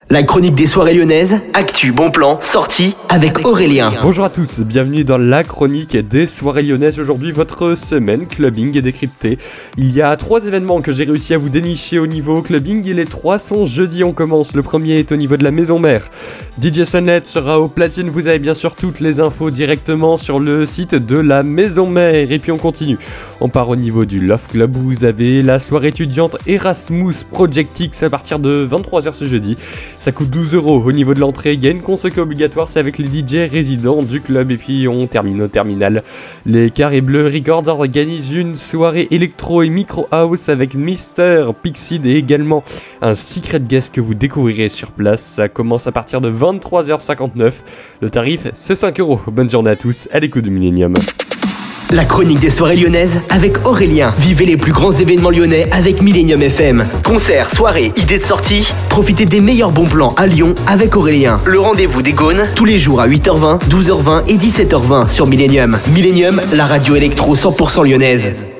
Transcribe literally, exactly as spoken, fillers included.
La chronique des soirées lyonnaises, actu, bon plan, sortie avec Aurélien. Bonjour à tous, bienvenue dans la chronique des soirées lyonnaises. Aujourd'hui, votre semaine clubbing est décryptée. Il y a trois événements que j'ai réussi à vous dénicher au niveau clubbing et les trois sont jeudi. On commence. Le premier est au niveau de la maison mère. D J Sunnet sera au platine. Vous avez bien sûr toutes les infos directement sur le site de la maison mère. Et puis on continue. On part au niveau du Love Club. Vous avez la soirée étudiante Erasmus Project X à partir de vingt-trois heures ce jeudi. Ça coûte douze euros au niveau de l'entrée. Il y a une consommation obligatoire, c'est avec les D J résidents du club. Et puis on termine au terminal. Les Carrés Bleus Records organisent une soirée électro et micro house avec Mister Pixid et également un secret guest que vous découvrirez sur place. Ça commence à partir de vingt-trois heures cinquante-neuf. Le tarif c'est cinq euros. Bonne journée à tous à l'écoute de Millennium. La chronique des soirées lyonnaises avec Aurélien. Vivez les plus grands événements lyonnais avec Millennium F M. Concerts, soirées, idées de sortie. Profitez des meilleurs bons plans à Lyon avec Aurélien. Le rendez-vous des Gaunes, tous les jours à huit heures vingt, douze heures vingt et dix-sept heures vingt sur Millennium. Millennium, la radio électro cent pour cent lyonnaise.